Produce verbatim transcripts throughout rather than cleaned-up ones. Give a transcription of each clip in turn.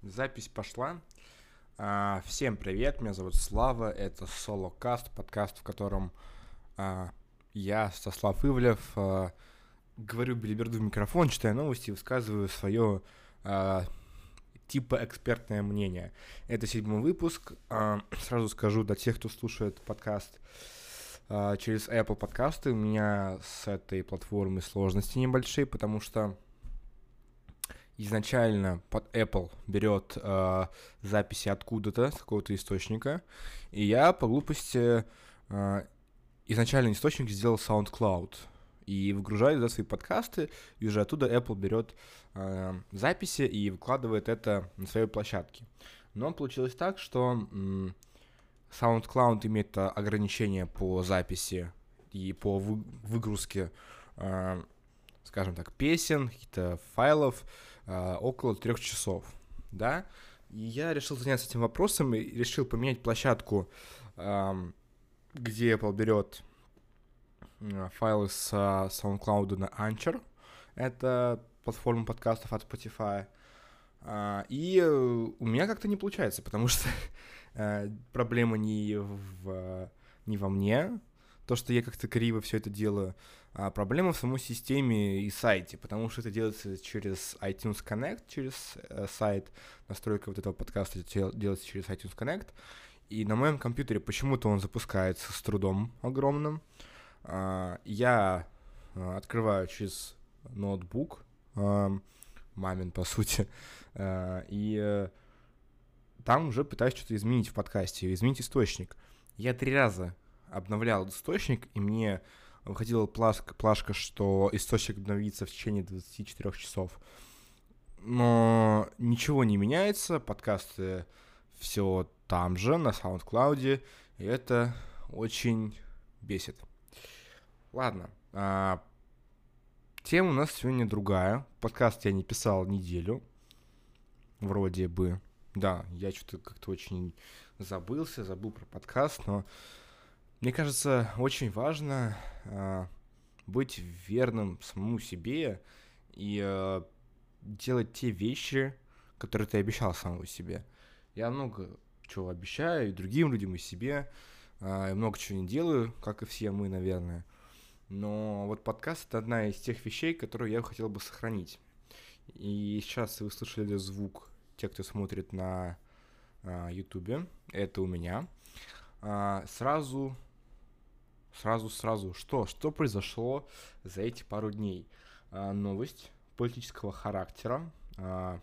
Запись пошла. А, всем привет, меня зовут Слава, это Солокаст, подкаст, в котором а, я, Стаслав Ивлев, а, говорю белиберду в микрофон, читаю новости и высказываю свое а, типа экспертное мнение. Это седьмой выпуск. А, сразу скажу для тех, кто слушает подкаст а, через Apple подкасты, у меня с этой платформой сложности небольшие, потому что изначально под Apple берет э, записи откуда-то, с какого-то источника, и я по глупости э, изначальный источник сделал SoundCloud, и выгружаю туда свои подкасты, и уже оттуда Apple берет э, записи и выкладывает это на своей площадке. Но получилось так, что м, SoundCloud имеет ограничения по записи и по вы- выгрузке, э, скажем так, песен, каких-то файлов, э, около трех часов, да, и я решил заняться этим вопросом и решил поменять площадку, э, где Apple берет э, файлы с э, SoundCloud на Anchor, это платформа подкастов от Spotify, э, и у меня как-то не получается, потому что э, проблема не в, не во мне, то, что я как-то криво все это делаю, а проблема в самой системе и сайте, потому что это делается через iTunes Connect, через э, сайт, настройка вот этого подкаста делается через iTunes Connect, и на моем компьютере почему-то он запускается с трудом огромным. А, я а, открываю через ноутбук, а, мамин, по сути, а, и а, там уже пытаюсь что-то изменить в подкасте, изменить источник. Я три раза обновлял источник, и мне выходила плашка, плашка, что источник обновится в течение двадцати четырёх часов. Но ничего не меняется, подкасты все там же, на SoundCloud, и это очень бесит. Ладно, а, тема у нас сегодня другая. Подкаст я не писал неделю, вроде бы. Да, я что-то как-то очень забылся, забыл про подкаст, но мне кажется, очень важно э, быть верным самому себе и э, делать те вещи, которые ты обещал самому себе. Я много чего обещаю и другим людям, и себе, э, и много чего не делаю, как и все мы, наверное. Но вот подкаст — это одна из тех вещей, которые я хотел бы сохранить. И сейчас вы слышали звук, те, кто смотрит на Ютубе, э, это у меня. А, сразу... Сразу, сразу, что? Что произошло за эти пару дней? А, новость политического характера. А,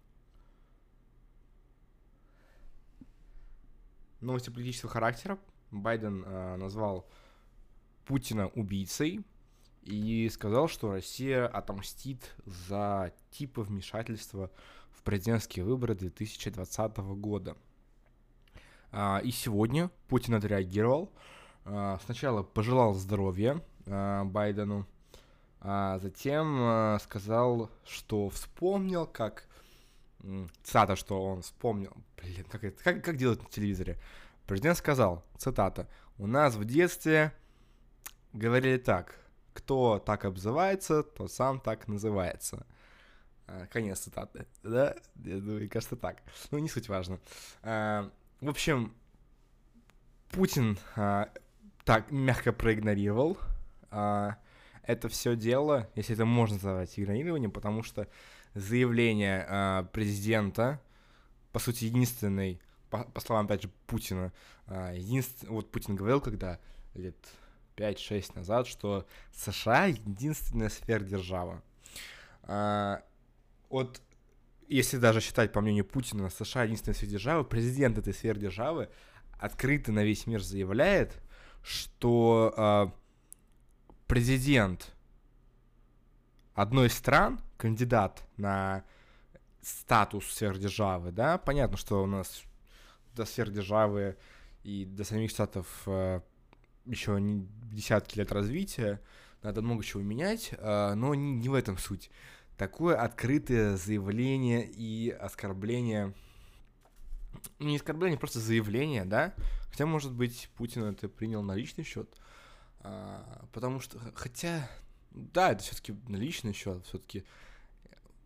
новости политического характера. Байден а, назвал Путина убийцей и сказал, что Россия отомстит за типы вмешательства в президентские выборы две тысячи двадцатого года. А, и сегодня Путин отреагировал. Сначала пожелал здоровья э, Байдену, а затем э, сказал, что вспомнил, как... Цитата, что он вспомнил... Блин, как, это, как, как делать на телевизоре? Президент сказал, цитата, «У нас в детстве говорили так, кто так обзывается, то сам так называется». Конец цитаты, да? Я думаю, кажется, так. Ну, не суть важно. В общем, Путин... так, мягко проигнорировал а, это все дело, если это можно назвать игнорированием, потому что заявление а, президента, по сути, единственный, по, по словам, опять же, Путина, а, единственный, вот Путин говорил, когда лет пять-шесть назад, что США единственная сверхдержава. А, вот если даже считать, по мнению Путина, США единственная сверхдержава, президент этой сверхдержавы открыто на весь мир заявляет, что э, президент одной из стран, кандидат на статус сверхдержавы, да, понятно, что у нас до сверхдержавы и до самих штатов э, еще не десятки лет развития, надо много чего менять, э, но не, не в этом суть. Такое открытое заявление и оскорбление... Не оскорбление, просто заявление, да? Хотя, может быть, Путин это принял на личный счет. А, потому что, хотя, да, это все-таки на личный счет, все-таки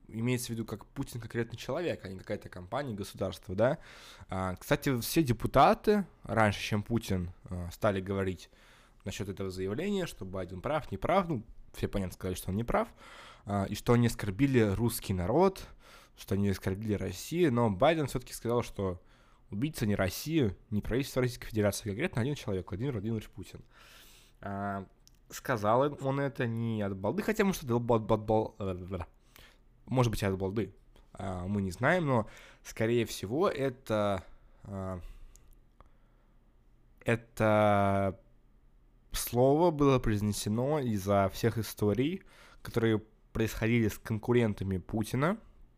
имеется в виду как Путин конкретный человек, а не какая-то компания, государство, да. А, кстати, все депутаты, раньше, чем Путин, а, стали говорить насчет этого заявления, что Байден прав, не прав, ну, все, понятно, сказали, что он не прав, а, и что они оскорбили русский народ, что они оскорбили Россию, но Байден все-таки сказал, что убийца не Россия, не правительство Российской Федерации, а конкретно один человек, Владимир Владимирович Путин. А, сказал он это не от балды, хотя, может, от бал... может быть, от балды, а, мы не знаем, но, скорее всего, это... А, это слово было произнесено из-за всех историй, которые происходили с конкурентами Путина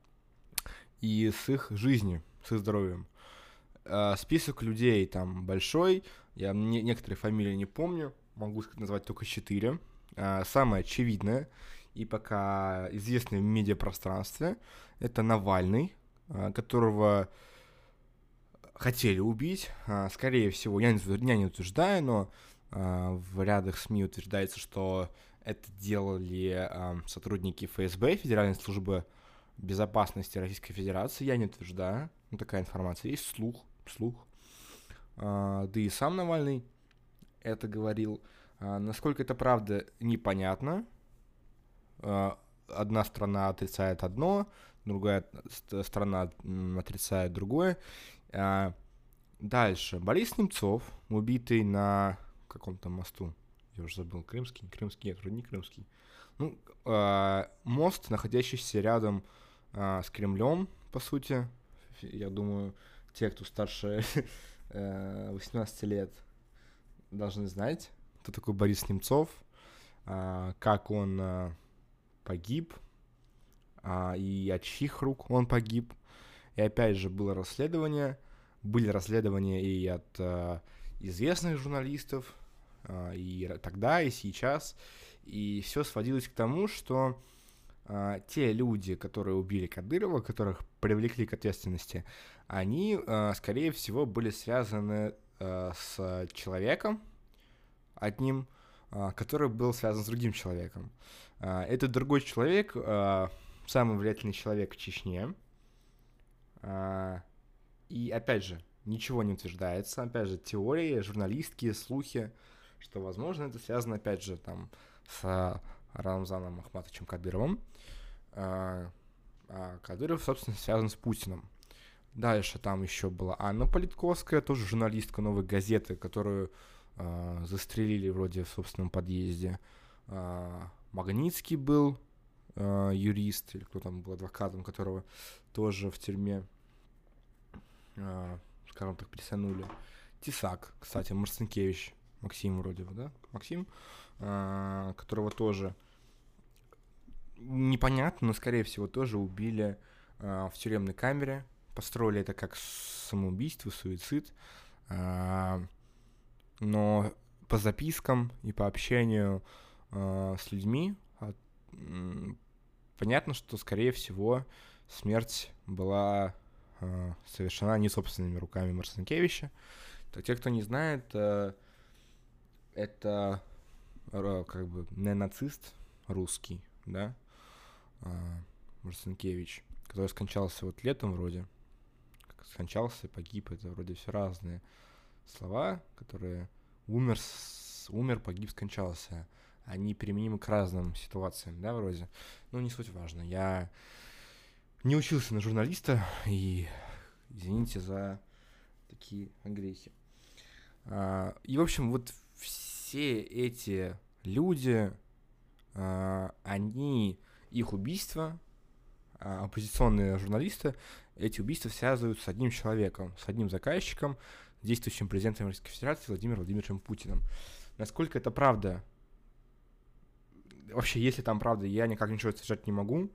и с их жизнью, с их здоровьем. Uh, список людей там большой, я не, некоторые фамилии не помню, могу назвать только четыре. Uh, самое очевидное и пока известное в медиапространстве — это Навальный, uh, которого хотели убить. Uh, скорее всего, я не, я не утверждаю, но uh, в рядах СМИ утверждается, что это делали uh, сотрудники эф эс бэ, Федеральной службы безопасности Российской Федерации. Я не утверждаю, но такая информация есть, слух. Слух. А, да и сам Навальный это говорил. А, насколько это правда, непонятно. А, одна страна отрицает одно, другая страна отрицает другое. А, дальше. Борис Немцов, убитый на каком-то мосту. Я уже забыл, крымский, крымский, нет, вроде не крымский. Ну, а, мост, находящийся рядом а, с Кремлем, по сути. Я думаю, те, кто старше восемнадцати лет, должны знать, кто такой Борис Немцов, как он погиб, и от чьих рук он погиб. И опять же было расследование, были расследования и от известных журналистов, и тогда, и сейчас. И все сводилось к тому, что Uh, те люди, которые убили Кадырова, которых привлекли к ответственности, они, uh, скорее всего, были связаны uh, с человеком одним, uh, который был связан с другим человеком. Uh, этот другой человек, uh, самый влиятельный человек в Чечне. Uh, и, опять же, ничего не утверждается. Опять же, теории, журналистские, слухи, что, возможно, это связано, опять же, там, с Рамзаном Ахматовичем Кадыровым. А, а Кадыров, собственно, связан с Путиным. Дальше там еще была Анна Политковская, тоже журналистка «Новой газеты», которую а, застрелили вроде в собственном подъезде. А, Магнитский был а, юрист, или кто там был адвокатом, которого тоже в тюрьме, а, скажем так, присянули. Тесак, кстати, Марцинкевич, Максим вроде бы, да? Максим, а, которого тоже непонятно, но, скорее всего, тоже убили а, в тюремной камере. Построили это как самоубийство, суицид. А, но по запискам и по общению а, с людьми а, м, понятно, что, скорее всего, смерть была а, совершена не собственными руками Марцинкевича. Так, те, кто не знает, а, это а, как бы не нацист русский, да, Марцинкевич, который скончался вот летом вроде. Скончался, погиб, это вроде все разные слова, которые умер, умер, погиб, скончался. Они применимы к разным ситуациям, да, вроде. Ну, не суть важно. Я не учился на журналиста, и извините за такие грехи. И, в общем, вот все эти люди, они... Их убийства, оппозиционные журналисты, эти убийства связывают с одним человеком, с одним заказчиком, действующим президентом Российской Федерации Владимиром Владимировичем Путиным. Насколько это правда? Вообще, если там правда, я никак ничего утверждать не могу.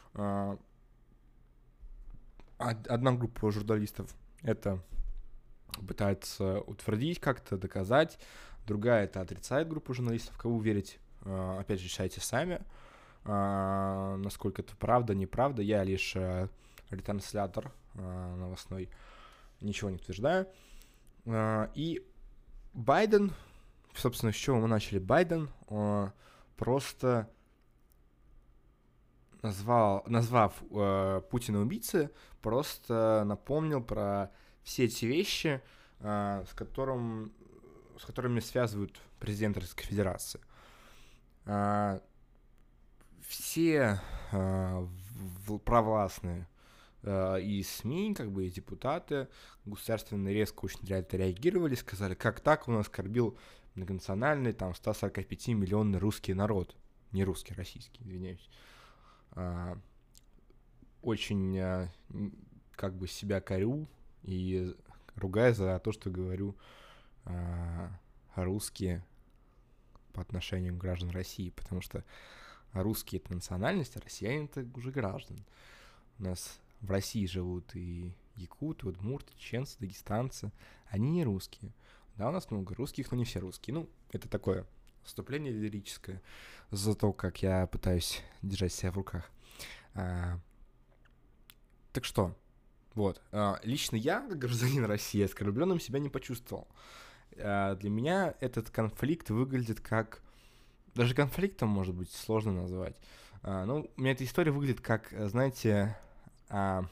Одна группа журналистов это пытается утвердить, как-то доказать, другая это отрицает группу журналистов. Кому верить, опять же, решайте сами. Uh, насколько это правда, неправда. Я лишь uh, ретранслятор uh, новостной, ничего не утверждаю. Uh, и Байден, собственно, с чего мы начали? Байден uh, просто назвал, назвав э, Путина убийцей, просто напомнил про все эти вещи, э, с, которым, с которыми связывают президента Российской Федерации. Э, все э, в, провластные э, и СМИ, как бы и депутаты государственные резко очень реагировали, сказали, как так он оскорбил многонациональный, там, сто сорок пять миллионный русский народ. Не русский, российский, извиняюсь. А, очень а, как бы себя корю и ругаю за то, что говорю а, русские по отношению к гражданам России, потому что русские — это национальность, а россияне — это уже граждане. У нас в России живут и якуты, удмурты, чеченцы, дагестанцы. Они не русские. Да, у нас много русских, но не все русские. Ну, это такое вступление лирическое за то, как я пытаюсь держать себя в руках. А, так что, вот. А, лично я, как гражданин России, оскорбленным себя не почувствовал. А, для меня этот конфликт выглядит как... Даже конфликтом, может быть, сложно назвать. А, ну, у меня эта история выглядит как, знаете... А,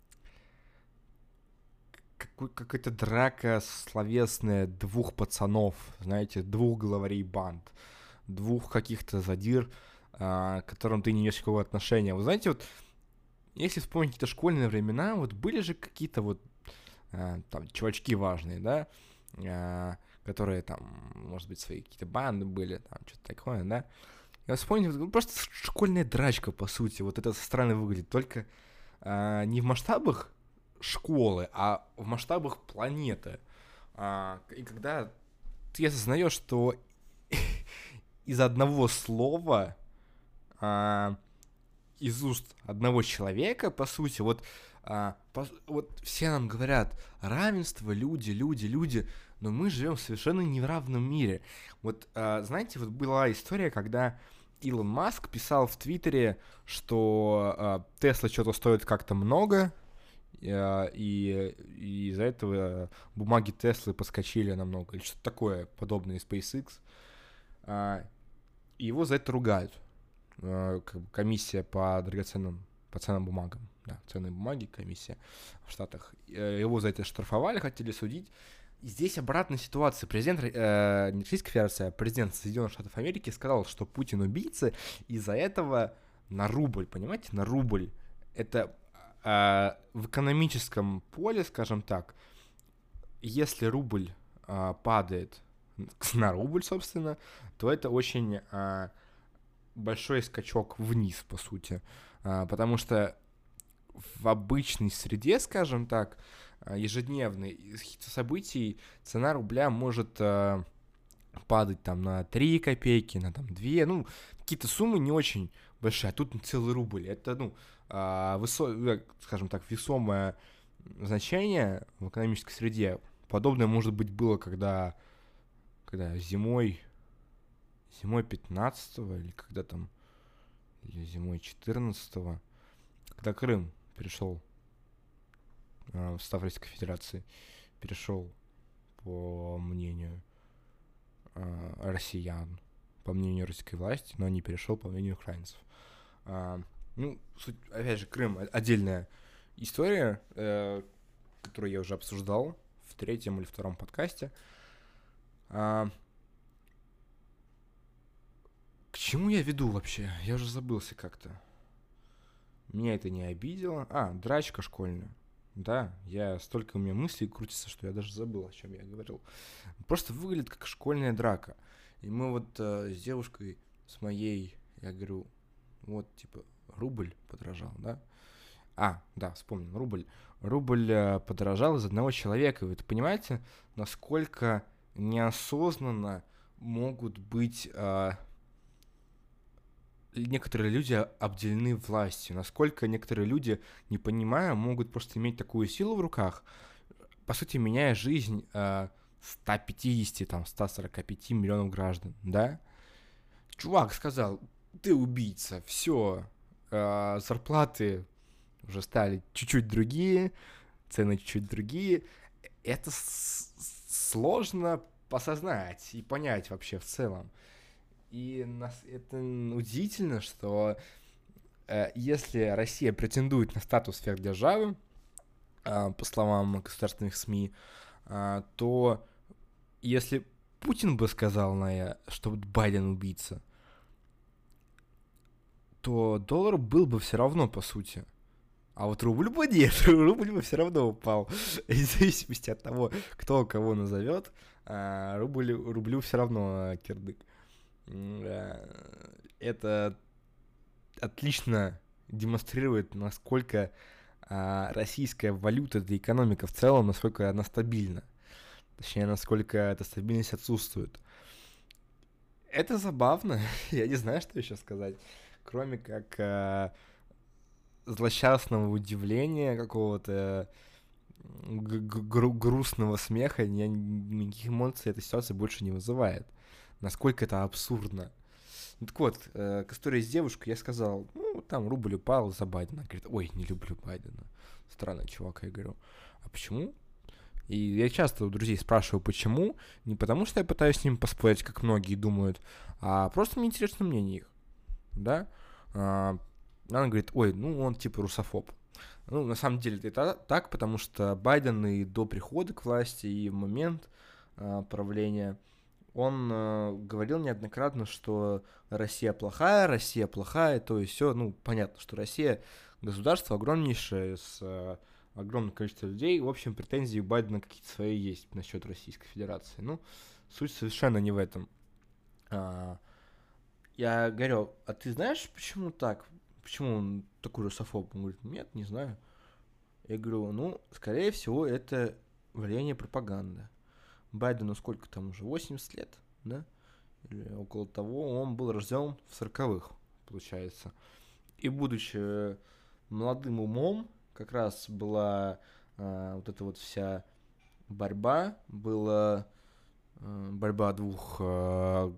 какая-то драка словесная двух пацанов, знаете, двух главарей банд, двух каких-то задир, а, к которым ты не имеешь никакого отношения. Вы знаете, вот, если вспомнить какие-то школьные времена, вот были же какие-то вот а, там чувачки важные, да, а, которые там, может быть, свои какие-то банды были, там что-то такое, да. Я вспомнил, вот, просто школьная драчка, по сути, вот это со стороны выглядит, только а, не в масштабах школы, а в масштабах планеты. А, и когда ты осознаешь, что из одного слова, а, из уст одного человека, по сути, вот, а, по, вот все нам говорят равенство, люди, люди, люди, но мы живем в совершенно неравном мире. Вот, а, знаете, вот была история, когда Илон Маск писал в Твиттере, что а, Тесла что-то стоит как-то много, И, и из-за этого бумаги Теслы подскочили намного, или что-то такое подобное SpaceX. И его за это ругают. Как бы комиссия по драгоценным, по ценным бумагам. Да, ценные бумаги, комиссия в Штатах. Его за это штрафовали, хотели судить. И здесь обратная ситуация. Президент, э, не Российской Федерации, а президент Соединенных Штатов Америки сказал, что Путин убийца, из-за этого на рубль, понимаете, на рубль. Это Uh, в экономическом поле, скажем так, если рубль uh, падает на рубль, собственно, то это очень uh, большой скачок вниз, по сути. Uh, потому что в обычной среде, скажем так, uh, ежедневной, из каких-то событий цена рубля может uh, падать там на три копейки, на там две, ну, какие-то суммы не очень большие, а тут целый рубль. Это, ну, высо... скажем так, весомое значение в экономической среде. Подобное, может быть, было, когда, когда зимой, зимой пятнадцатого или когда там, или зимой четырнадцатого, когда Крым перешел в состав Российской Федерации, перешел, по мнению россиян, по мнению российской власти, но не перешел по мнению украинцев. Ну, суть, опять же, Крым — отдельная история, э, которую я уже обсуждал в третьем или втором подкасте. А, к чему я веду вообще? Я уже забылся как-то. Меня это не обидело. А, драчка школьная. Да, я столько у меня мыслей крутится, что я даже забыл, о чем я говорил. Просто выглядит как школьная драка. И мы вот э, с девушкой, с моей, я говорю, вот, типа, рубль подорожал, да? А, да, вспомнил, рубль. Рубль э, подорожал из одного человека. Вы понимаете, насколько неосознанно могут быть э, некоторые люди обделены властью, насколько некоторые люди, не понимая, могут просто иметь такую силу в руках, по сути, меняя жизнь э, сто пятьдесят, там, сто сорок пять миллионов граждан, да? Чувак сказал: ты убийца, все, э, зарплаты уже стали чуть-чуть другие, цены чуть-чуть другие. Это с- сложно посознать и понять вообще в целом. И нас, это удивительно, что э, если Россия претендует на статус сверхдержавы, э, по словам государственных СМИ, э, то если Путин бы сказал на «я», что Байден убийца, то доллар был бы все равно, по сути. А вот рубль бы нет, рубль бы все равно упал. И в зависимости от того, кто кого назовет, а, рубль, рублю все равно а, кирдык. Это отлично демонстрирует, насколько а, российская валюта, да и экономика в целом, насколько она стабильна. Точнее, насколько эта стабильность отсутствует. Это забавно. Я не знаю, что еще сказать. Кроме как а, злосчастного удивления, какого-то гру- грустного смеха, я, никаких эмоций эта ситуация больше не вызывает. Насколько это абсурдно. Ну, так вот, э, к истории с девушкой я сказал, ну, там рубль упал за Байдена. Говорит, ой, не люблю Байдена. Странный чувак. Я говорю, а почему? И я часто у друзей спрашиваю, почему. Не потому, что я пытаюсь с ним поспорить, как многие думают, а просто мне интересно мнение их. Да? А, она говорит, ой, ну он типа русофоб. Ну, на самом деле это так, потому что Байден и до прихода к власти, и в момент а, правления, он а, говорил неоднократно, что Россия плохая, Россия плохая, то есть все, ну, понятно, что Россия государство огромнейшее, с а, огромным количеством людей, в общем, претензии у Байдена какие-то свои есть насчет Российской Федерации. Ну, суть совершенно не в этом. А, я говорю, а ты знаешь, почему так? Почему он такой русофоб? Он говорит, нет, не знаю. Я говорю, ну, скорее всего, это влияние пропаганды. Байдену сколько там уже? восемьдесят лет, да? Или около того. Он был рожден в сороковых, получается. И будучи молодым умом, как раз была э, вот эта вот вся борьба, была э, борьба двух э,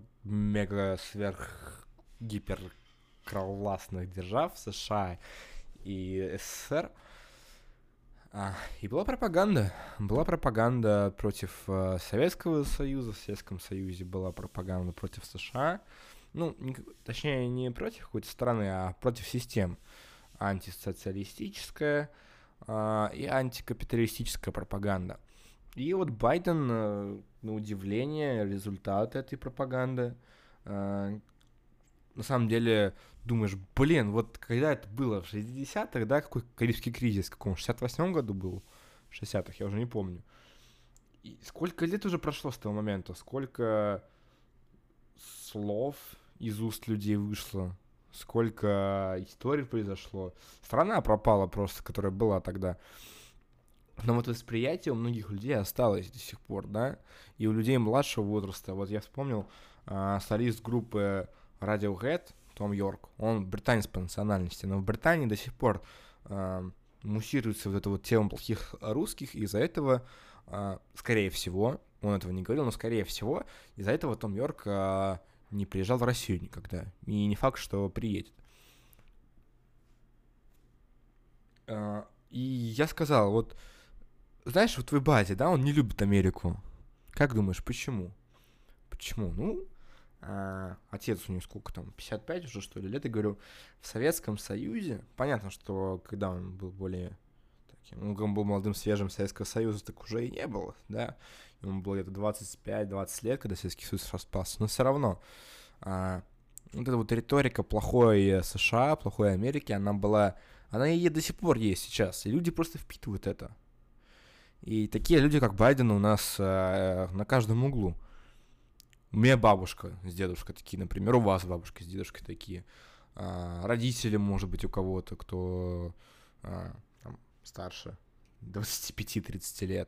мега-сверх-гиперкровластных держав, США и СССР. А, и была пропаганда. Была пропаганда против э, Советского Союза. В Советском Союзе была пропаганда против США. Ну, не, точнее, не против какой-то страны, а против систем. Антисоциалистическая э, и антикапиталистическая пропаганда. И вот Байден, э, на удивление, результат этой пропаганды. Э, на самом деле, думаешь, блин, вот когда это было, в шестидесятых, да, какой Карибский кризис, в каком, в шестьдесят восьмом году был? В шестидесятых, я уже не помню. И сколько лет уже прошло с того момента, сколько слов из уст людей вышло, сколько историй произошло. Страна пропала просто, которая была тогда. Но вот восприятие у многих людей осталось до сих пор, да, и у людей младшего возраста. Вот я вспомнил э, солист группы Radiohead, Том Йорк, он британец по национальности, но в Британии до сих пор э, муссируется вот эта вот тема плохих русских, и из-за этого, э, скорее всего, он этого не говорил, но скорее всего, из-за этого Том Йорк э, не приезжал в Россию никогда, и не факт, что приедет. Э, и я сказал, вот, знаешь, вот твой батя, да, он не любит Америку. Как думаешь, почему? Почему? Ну, а, отец у него сколько там, пятьдесят пять уже, что ли, лет, я говорю, в Советском Союзе, понятно, что когда он был более таким, он был молодым, свежим, Советского Союза так уже и не было, да, ему было где-то двадцать пять двадцать лет, когда Советский Союз распался, но все равно а, вот эта вот риторика плохой США, плохой Америки, она была, она и до сих пор есть сейчас, и люди просто впитывают это. И такие люди, как Байден, у нас э, на каждом углу. У меня бабушка с дедушкой такие, например, у вас бабушка с дедушкой такие. А, родители, может быть, у кого-то, кто а, там, старше двадцать пять тридцать лет.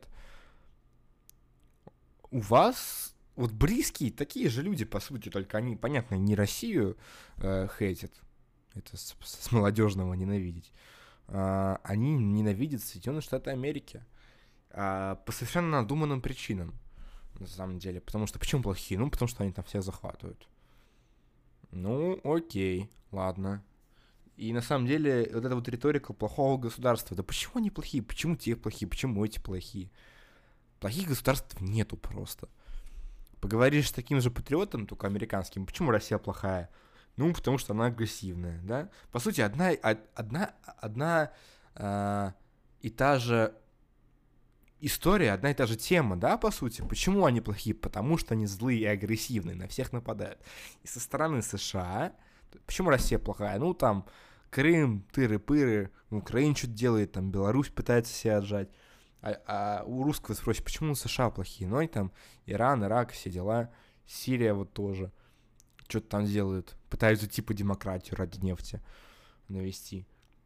У вас вот близкие такие же люди, по сути, только они, понятно, не Россию э, хейтят. Это с, с молодежного ненавидеть. А, они ненавидят Соединенные Штаты Америки. А, по совершенно надуманным причинам, на самом деле. Потому что, почему плохие? Ну, потому что они там всех захватывают. Ну, окей, ладно. И на самом деле, вот эта вот риторика плохого государства. Да почему они плохие? Почему те плохие? Почему эти плохие? Плохих государств нету просто. Поговоришь с таким же патриотом, только американским, почему Россия плохая? Ну, потому что она агрессивная, да. По сути, одна, одна, одна э, и та же история, одна и та же тема, да, по сути. Почему они плохие? Потому что они злые и агрессивные, на всех нападают. И со стороны США, почему Россия плохая? Ну, там, Крым, тыры-пыры, Украина что-то делает, там, Беларусь пытается себя отжать. А, а у русского спросят, почему США плохие? Ну, и там Иран, Ирак, все дела, Сирия вот тоже. Что-то там делают, пытаются типа демократию ради нефти навести.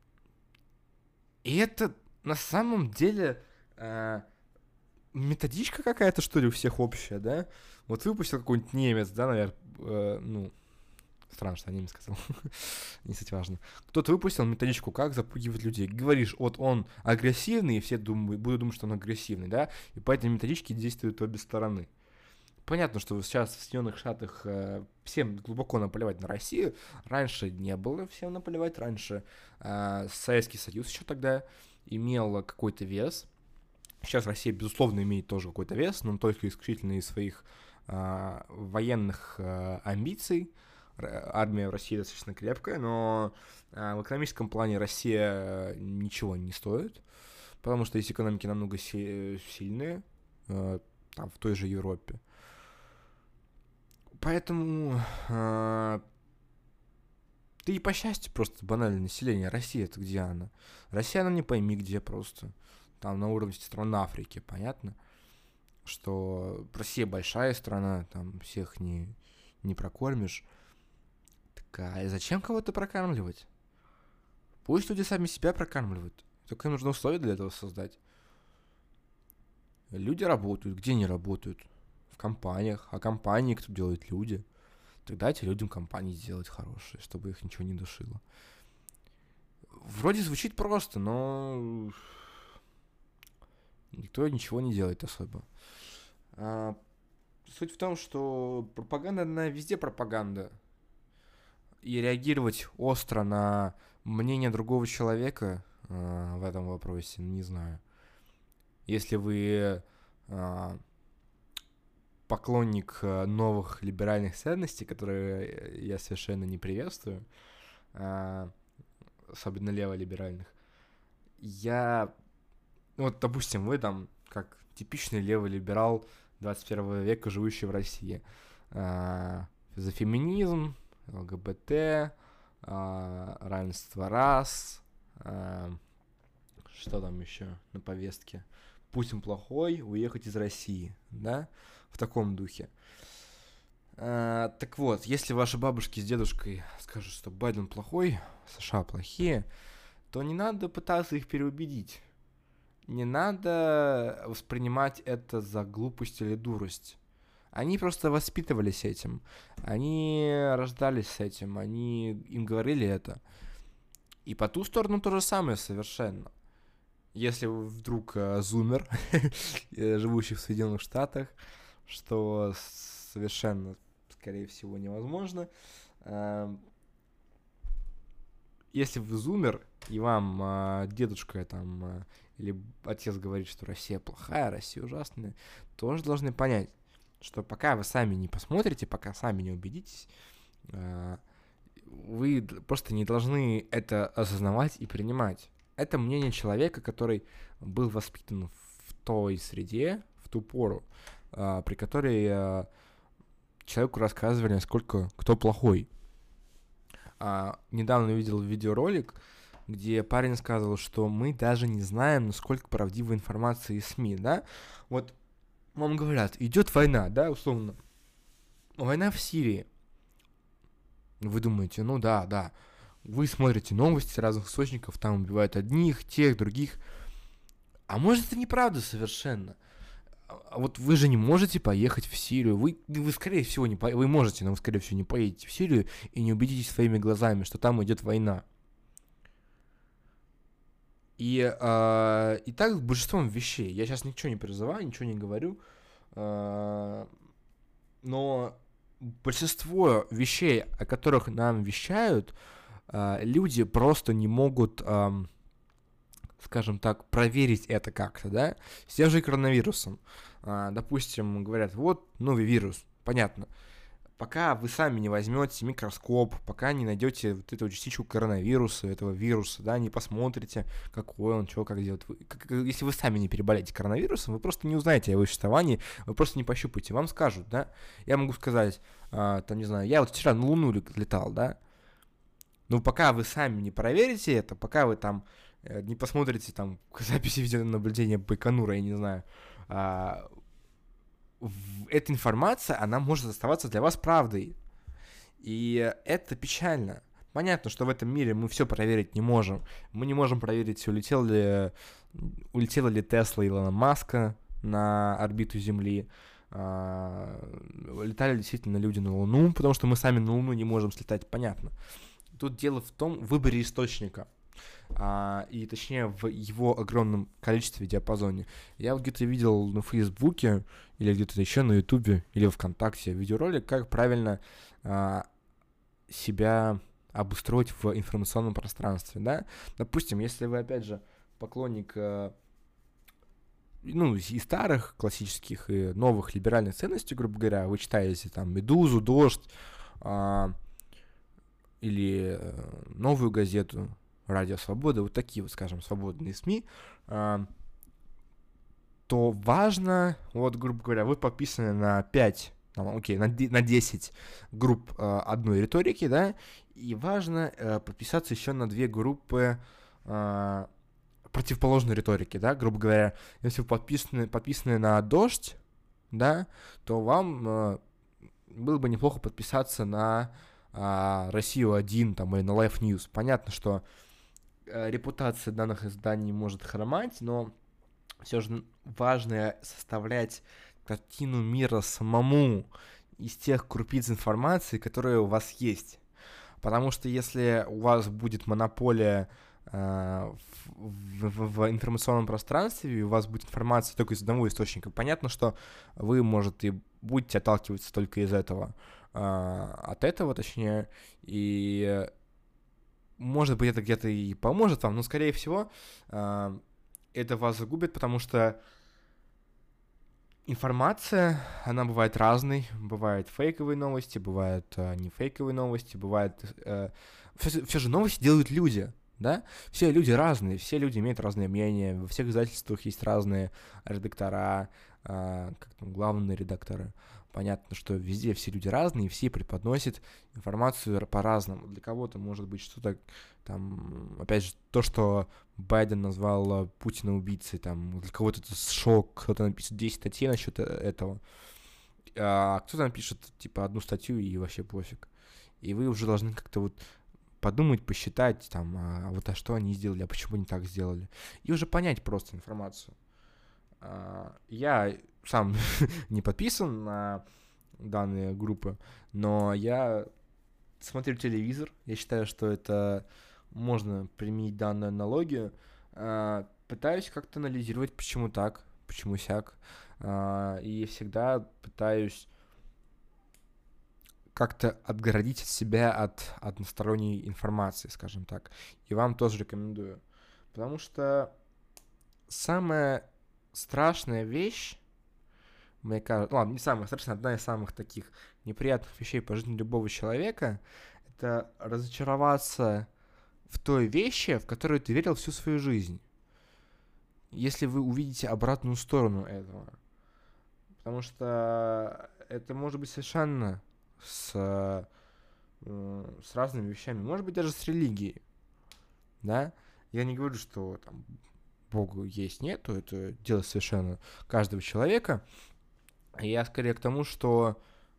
И это на самом деле э, методичка какая-то, что ли, у всех общая, да? Вот выпустил какой-нибудь немец, да, наверное, э, ну, странно, что я немец сказал, не суть важно. Кто-то выпустил методичку, как запугивать людей. Говоришь, вот он агрессивный, и все думают, будут думать, что он агрессивный, да? И по этой методичке действуют обе стороны. Понятно, что сейчас в Соединенных Штатах э, всем глубоко наплевать на Россию. Раньше не было всем наплевать. Раньше э, Советский Союз еще тогда имел какой-то вес. Сейчас Россия, безусловно, имеет тоже какой-то вес, но только исключительно из своих э, военных э, амбиций. Армия в России достаточно крепкая, но э, в экономическом плане Россия ничего не стоит, потому что есть экономики намного си- сильные, э, там, в той же Европе. Поэтому э, ты и по счастью просто банальное население. Россия это где она? Россия, она не пойми где просто. Там на уровне стран Африки, понятно? Что Россия большая страна, там всех не, не прокормишь. Так, а зачем кого-то прокармливать? Пусть люди сами себя прокармливают. Только им нужно условия для этого создать. Люди работают, где не работают? В компаниях, а компании кто делают? Люди. Тогда дайте людям компании сделать хорошие, чтобы их ничего не душило. Вроде звучит просто, но никто ничего не делает особо. А, суть в том, что пропаганда, она везде пропаганда. И реагировать остро на мнение другого человека а, в этом вопросе, не знаю. Если вы а, поклонник новых либеральных ценностей, которые я совершенно не приветствую, а, особенно леволиберальных, я... Вот, допустим, вы там, как типичный левый либерал двадцать первого века, живущий в России, а, за феминизм, ЛГБТ, а, равенство рас, а, что там еще на повестке? Путин плохой, уехать из России, да? В таком духе. А, так вот, если ваши бабушки с дедушкой скажут, что Байден плохой, США плохие, то не надо пытаться их переубедить. Не надо воспринимать это за глупость или дурость. Они просто воспитывались этим. Они рождались с этим. Они им говорили это. И по ту сторону то же самое совершенно. Если вы вдруг э, зумер, живущий в Соединенных Штатах, что совершенно, скорее всего, невозможно. Э, если вы зумер, и вам э, дедушка там, э, или отец говорит, что Россия плохая, Россия ужасная, тоже должны понять, что пока вы сами не посмотрите, пока сами не убедитесь, э, вы просто не должны это осознавать и принимать. Это мнение человека, который был воспитан в той среде, в ту пору, э, при которой э, человеку рассказывали, насколько кто плохой. А, недавно увидел видеоролик, где парень сказал, что мы даже не знаем, насколько правдива информация из СМИ, да? Вот вам говорят, идет война, да, условно. Война в Сирии. Вы думаете, ну да, да. Вы смотрите новости разных источников, там убивают одних, тех, других. А может, это неправда совершенно. А вот вы же не можете поехать в Сирию. Вы, вы скорее всего, не по... вы можете, но вы, скорее всего, не поедете в Сирию и не убедитесь своими глазами, что там идет война. И, э, и так с большинством вещей. Я сейчас ничего не призываю, ничего не говорю. Э, но большинство вещей, о которых нам вещают, э, люди просто не могут, э, скажем так, проверить это как-то, да? С тем же и коронавирусом. Э, допустим, говорят, вот новый вирус, понятно. пока вы сами не возьмете микроскоп, пока не найдете вот эту частичку коронавируса, этого вируса, да, не посмотрите, какой он, что, как делать. Вы, как, если вы сами не переболеете коронавирусом, вы просто не узнаете о его существовании, вы просто не пощупаете. Вам скажут, да. Я могу сказать, а, там, не знаю, я вот вчера на Луну летал, да. Но пока вы сами не проверите это, пока вы там э, не посмотрите там записи видеонаблюдения Байконура, я не знаю, а, эта информация, она может оставаться для вас правдой. И это печально. Понятно, что в этом мире мы все проверить не можем. Мы не можем проверить, улетел ли, улетела ли Тесла Илона Маска на орбиту Земли, летали действительно люди на Луну, потому что мы сами на Луну не можем слетать, понятно. Тут дело в том в выборе источника. А, и точнее в его огромном количестве, диапазоне. Я вот где-то видел на Фейсбуке или где-то еще на Ютубе или ВКонтакте видеоролик, как правильно а, себя обустроить в информационном пространстве, да. Допустим, если вы, опять же, поклонник а, ну, и старых классических, и новых либеральных ценностей, грубо говоря, вы читаете там «Медузу», «Дождь» а, или а, «Новую газету», Радио Свобода, вот такие вот, скажем, свободные СМИ, а, то важно, вот, грубо говоря, вы подписаны на пять, ну, окей, на, на десять групп а, одной риторики, да, и важно а, подписаться еще на две группы а, противоположной риторики, да, грубо говоря, если вы подписаны, подписаны на «Дождь», да, то вам а, было бы неплохо подписаться на а, Россию один, там, или на Life News. Понятно, что репутация данных изданий может хромать, но все же важно составлять картину мира самому из тех крупиц информации, которые у вас есть. Потому что если у вас будет монополия э, в, в, в информационном пространстве, и у вас будет информация только из одного источника, понятно, что вы, может, и будете отталкиваться только из этого, э, от этого, точнее, и может быть, это где-то и поможет вам, но, скорее всего, э, это вас загубит, потому что информация, она бывает разной. Бывают фейковые новости, бывают э, не фейковые новости, бывает... Э, все, все же новости делают люди, да? Все люди разные, все люди имеют разные мнения, во всех издательствах есть разные редактора, э, как там, главные редакторы. Понятно, что везде все люди разные, и все преподносят информацию по-разному. Для кого-то может быть что-то там, опять же, то, что Байден назвал Путина убийцей, там, для кого-то это шок, кто-то напишет десять статей насчет этого, а кто-то напишет, типа, одну статью и вообще пофиг. И вы уже должны как-то вот подумать, посчитать, там, а вот а что они сделали, а почему они так сделали. И уже понять просто информацию. Я сам не подписан на данные группы, но я смотрю телевизор, я считаю, что это можно применить данную аналогию, пытаюсь как-то анализировать, почему так, почему сяк, и всегда пытаюсь как-то отгородить от себя от односторонней информации, скажем так, и вам тоже рекомендую, потому что самое страшная вещь, мне кажется, ну, ладно, не самая страшная, одна из самых таких неприятных вещей по жизни любого человека, это разочароваться в той вещи, в которую ты верил всю свою жизнь. Если вы увидите обратную сторону этого. Потому что это может быть совершенно с, с разными вещами. Может быть, даже с религией. Да? Я не говорю, что там Богу есть, нету, это дело совершенно каждого человека. Я скорее к тому, что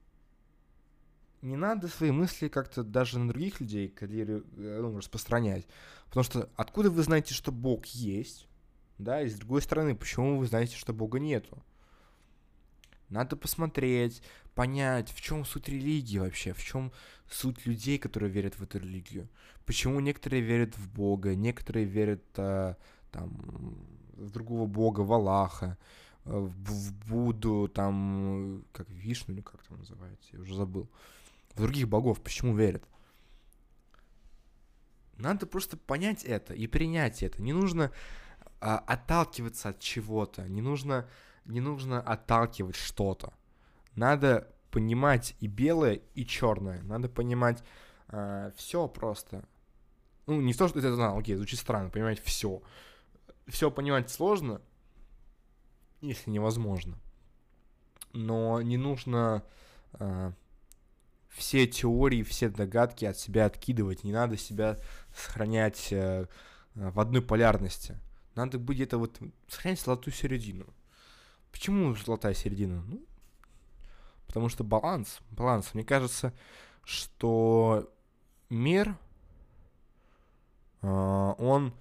не надо свои мысли как-то даже на других людей ну, распространять. Потому что откуда вы знаете, что Бог есть? Да, и с другой стороны, почему вы знаете, что Бога нету? Надо посмотреть, понять, в чем суть религии вообще, в чем суть людей, которые верят в эту религию. Почему некоторые верят в Бога, некоторые верят а, там, в другого Бога, в Аллаха, в, в Будду, там, как Вишну, или как там называется, я уже забыл. В других богов почему верят? Надо просто понять это и принять это. Не нужно а, отталкиваться от чего-то, не нужно, не нужно отталкивать что-то. Надо понимать и белое, и черное. Надо понимать э, все просто. Ну, не то, что ты это знал, окей, звучит странно, понимать все. Все понимать сложно, если невозможно. Но не нужно э, все теории, все догадки от себя откидывать. Не надо себя сохранять э, в одной полярности. Надо быть где-то вот, сохранять золотую середину. Почему золотая середина? Ну, потому что баланс, баланс. Мне кажется, что мир, э, он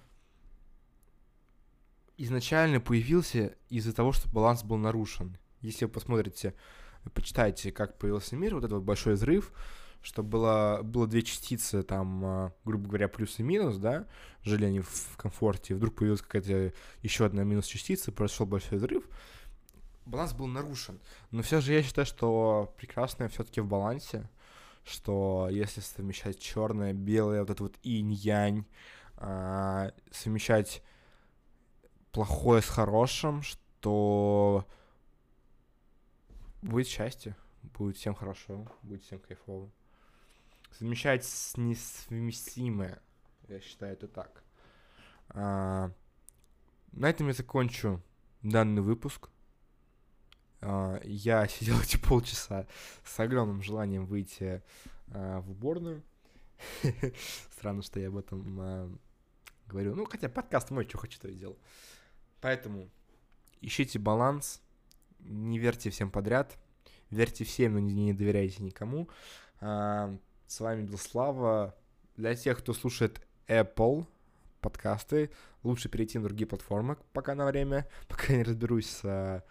изначально появился из-за того, что баланс был нарушен. Если вы посмотрите, почитайте, как появился мир, вот этот вот большой взрыв, что было, было две частицы, там, грубо говоря, плюс и минус, да, жили они в комфорте, и вдруг появилась какая-то еще одна минус-частица, произошел большой взрыв, баланс был нарушен. Но все же я считаю, что прекрасное все-таки в балансе, что если совмещать черное, белое, вот это вот инь-янь, а, совмещать плохое с хорошим, что будет счастье, будет всем хорошо, будет всем кайфово. Совмещать с несовместимое, я считаю, это так. А, на этом я закончу данный выпуск. А, я сидел эти полчаса с огромным желанием выйти а, в уборную. Странно, что я об этом а, говорю. Ну, хотя подкаст мой, что хочу, то и делал. Поэтому ищите баланс, не верьте всем подряд, верьте всем, но не, не доверяйте никому. А, с вами был Слава. Для тех, кто слушает Apple подкасты, лучше перейти на другие платформы пока на время, пока я не разберусь с...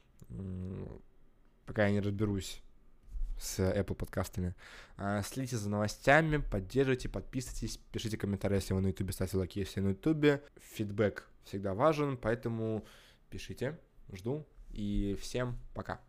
пока я не разберусь с Apple подкастами. А, следите за новостями, поддерживайте, подписывайтесь, пишите комментарии, если вы на YouTube, ставьте лайки, если на YouTube. Фидбэк всегда важен, поэтому пишите, жду. И всем пока.